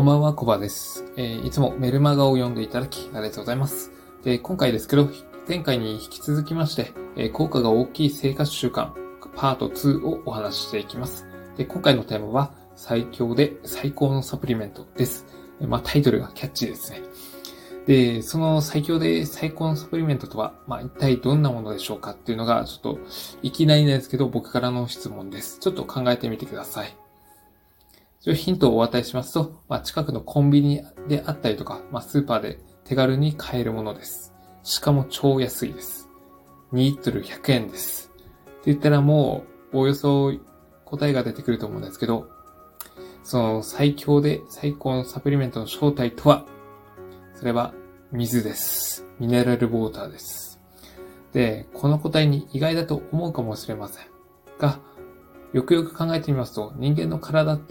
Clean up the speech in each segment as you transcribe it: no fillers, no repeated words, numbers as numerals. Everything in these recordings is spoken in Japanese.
んばんは、コバです。いつもメルマガを読んでいただきありがとうございます。で、今回ですけど、前回に引き続きまして、効果が大きい生活習慣、パート2をお話ししていきます。で、今回のテーマは、最強で最高のサプリメントです。タイトルがキャッチーですね。で、その最強で最高のサプリメントとは、一体どんなものでしょうかっていうのが、ちょっと、いきなりなんですけど、僕からの質問です。ちょっと考えてみてください。ヒントをお与えしますと、近くのコンビニであったりとか、スーパーで手軽に買えるものです。しかも超安いです。2リットル100円です。って言ったらもう、およそ答えが出てくると思うんですけど、その最強で最高のサプリメントの正体とは、それは水です。ミネラルウォーターです。で、この答えに意外だと思うかもしれませんが、よくよく考えてみますと、人間の体って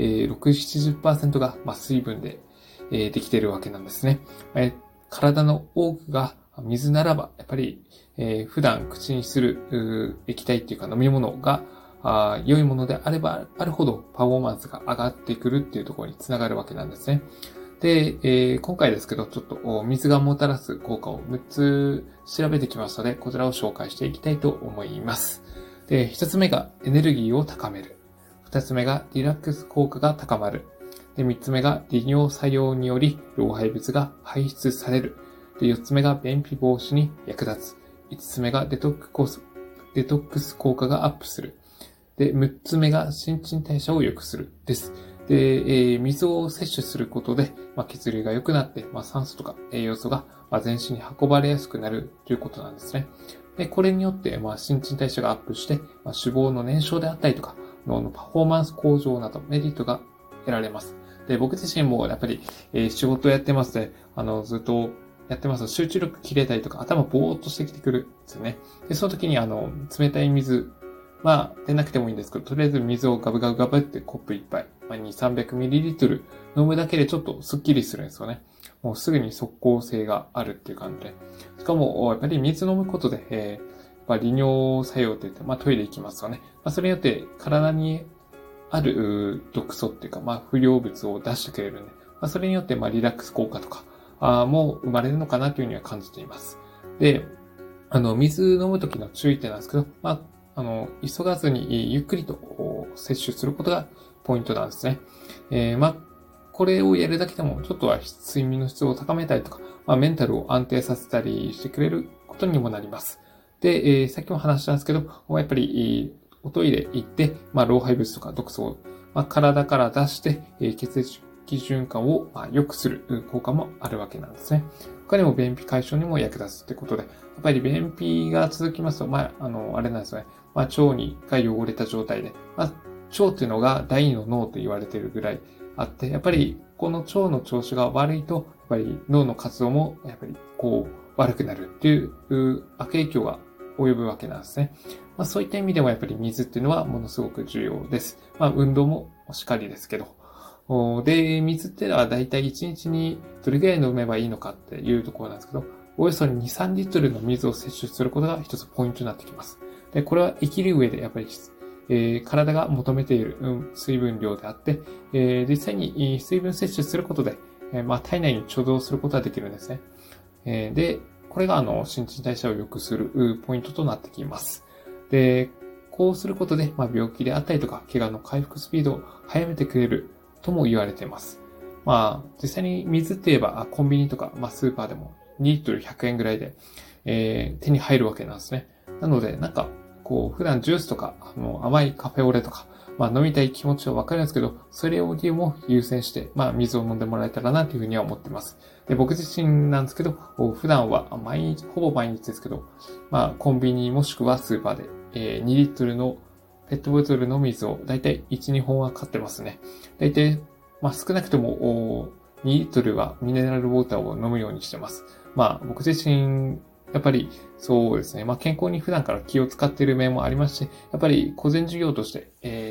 、6、70% が、水分で、できているわけなんですね。体の多くが水ならば、やっぱり、普段口にする液体っていうか飲み物が良いものであればあるほどパフォーマンスが上がってくるっていうところにつながるわけなんですね。で、今回ですけど、ちょっと水がもたらす効果を6つ調べてきましたので、こちらを紹介していきたいと思います。で、一つ目がエネルギーを高める。二つ目がリラックス効果が高まる。で、三つ目が利尿作用により老廃物が排出される。で、四つ目が便秘防止に役立つ。五つ目がデトックス効果がアップする。で、六つ目が新陳代謝を良くする。です。で、水を摂取することで、血流が良くなって、酸素とか栄養素が、全身に運ばれやすくなるということなんですね。で、これによって、新陳代謝がアップして、脂肪の燃焼であったりとか、脳のパフォーマンス向上などメリットが得られます。で、僕自身もやっぱり、仕事をやってますね。ずっとやってますと集中力切れたりとか、頭ぼーっとしてきてくるんですよね。で、その時に冷たい水、出なくてもいいんですけど、とりあえず水をガブガブガブってコップ一杯、2、300ml 飲むだけでちょっとスッキリするんですよね。もうすぐに即効性があるっていう感じで。しかも、やっぱり水飲むことで、利尿作用って言って、トイレ行きますよね。それによって体にある毒素っていうか、不良物を出してくれるんで、それによって、リラックス効果とか、もう生まれるのかなというふうには感じています。で、水飲む時の注意点なんですけど、急がずにゆっくりと摂取することがポイントなんですね。これをやるだけでも、ちょっとは睡眠の質を高めたりとか、メンタルを安定させたりしてくれることにもなります。で、さっきも話したんですけど、やっぱり、おトイレ行って、老廃物とか毒素を、体から出して、血液循環を、良くする効果もあるわけなんですね。他にも便秘解消にも役立つということで、やっぱり便秘が続きますと、あれなんですよね。腸が汚れた状態で、腸っていうのが第二の脳と言われているぐらいあって、やっぱりこの腸の調子が悪いと、やっぱり脳の活動もやっぱり悪くなるっていう悪影響が及ぶわけなんですね。そういった意味でもやっぱり水っていうのはものすごく重要です。運動もしっかりですけど。で、水っていうのはだいたい1日にどれぐらい飲めばいいのかっていうところなんですけど、およそ2、3リットルの水を摂取することが一つポイントになってきます。で、これは生きる上でやっぱり体が求めている水分量であって、実際に水分摂取することで、体内に貯蔵することができるんですね。で、これが新陳代謝を良くするポイントとなってきます。で、こうすることで、病気であったりとか、怪我の回復スピードを早めてくれるとも言われています。実際に水って言えば、コンビニとか、スーパーでも2リットル100円ぐらいで、手に入るわけなんですね。なので、普段ジュースとか、甘いカフェオレとか、飲みたい気持ちはわかるんですけど、それよりも優先して、水を飲んでもらえたらなというふうには思ってます。で、僕自身なんですけど、普段はほぼ毎日ですけど、コンビニもしくはスーパーで、2リットルのペットボトルの水をだいたい1、2本は買ってますね。だいたい、少なくとも2リットルはミネラルウォーターを飲むようにしてます。僕自身、やっぱりそうですね。健康に普段から気を使っている面もありますし、やっぱり個人事業として、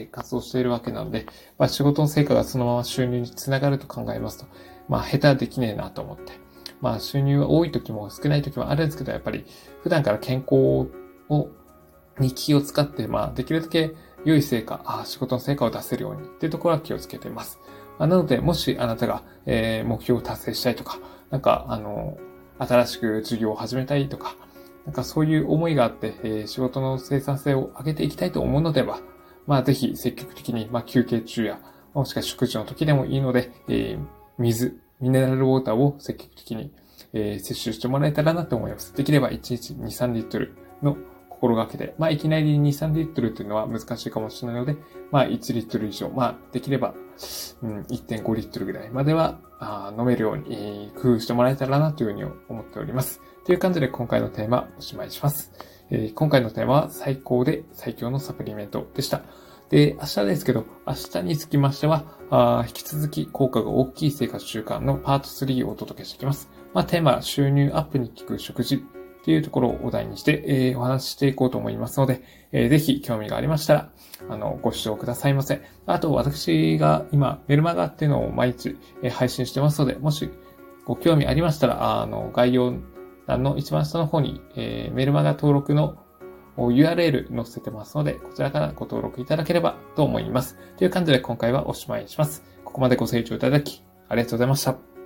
活動しているわけなので、仕事の成果がそのまま収入につながると考えますと、下手はできねえなと思って。収入は多い時も少ない時もあるんですけど、やっぱり普段から健康に気を使って、できるだけ良い成果、仕事の成果を出せるようにっていうところは気をつけています。 なので、もしあなたが、目標を達成したいとか、新しく授業を始めたいとか、そういう思いがあって、仕事の生産性を上げていきたいと思うのでは、ぜひ積極的に、休憩中や、もしくは食事の時でもいいので、ミネラルウォーターを積極的に、摂取してもらえたらなと思います。できれば1日2、3リットルの心がけで、いきなり2、3リットルというのは難しいかもしれないので、1リットル以上、できれば、1.5 リットルぐらいまでは飲めるように、工夫してもらえたらなというふうに思っております。という感じで今回のテーマおしまいします。今回のテーマは最高で最強のサプリメントでした。で、明日ですけど、明日につきましては、引き続き効果が大きい生活習慣のパート3をお届けしていきます。テーマは収入アップに効く食事っていうところをお題にして、お話ししていこうと思いますので、ぜひ興味がありましたら、ご視聴くださいませ。あと、私が今、メルマガっていうのを毎日、配信してますので、もしご興味ありましたら、概要欄の一番下の方に、メルマガ登録のURL 載せてますので、こちらからご登録いただければと思います。という感じで今回はおしまいにします。ここまでご清聴いただき、ありがとうございました。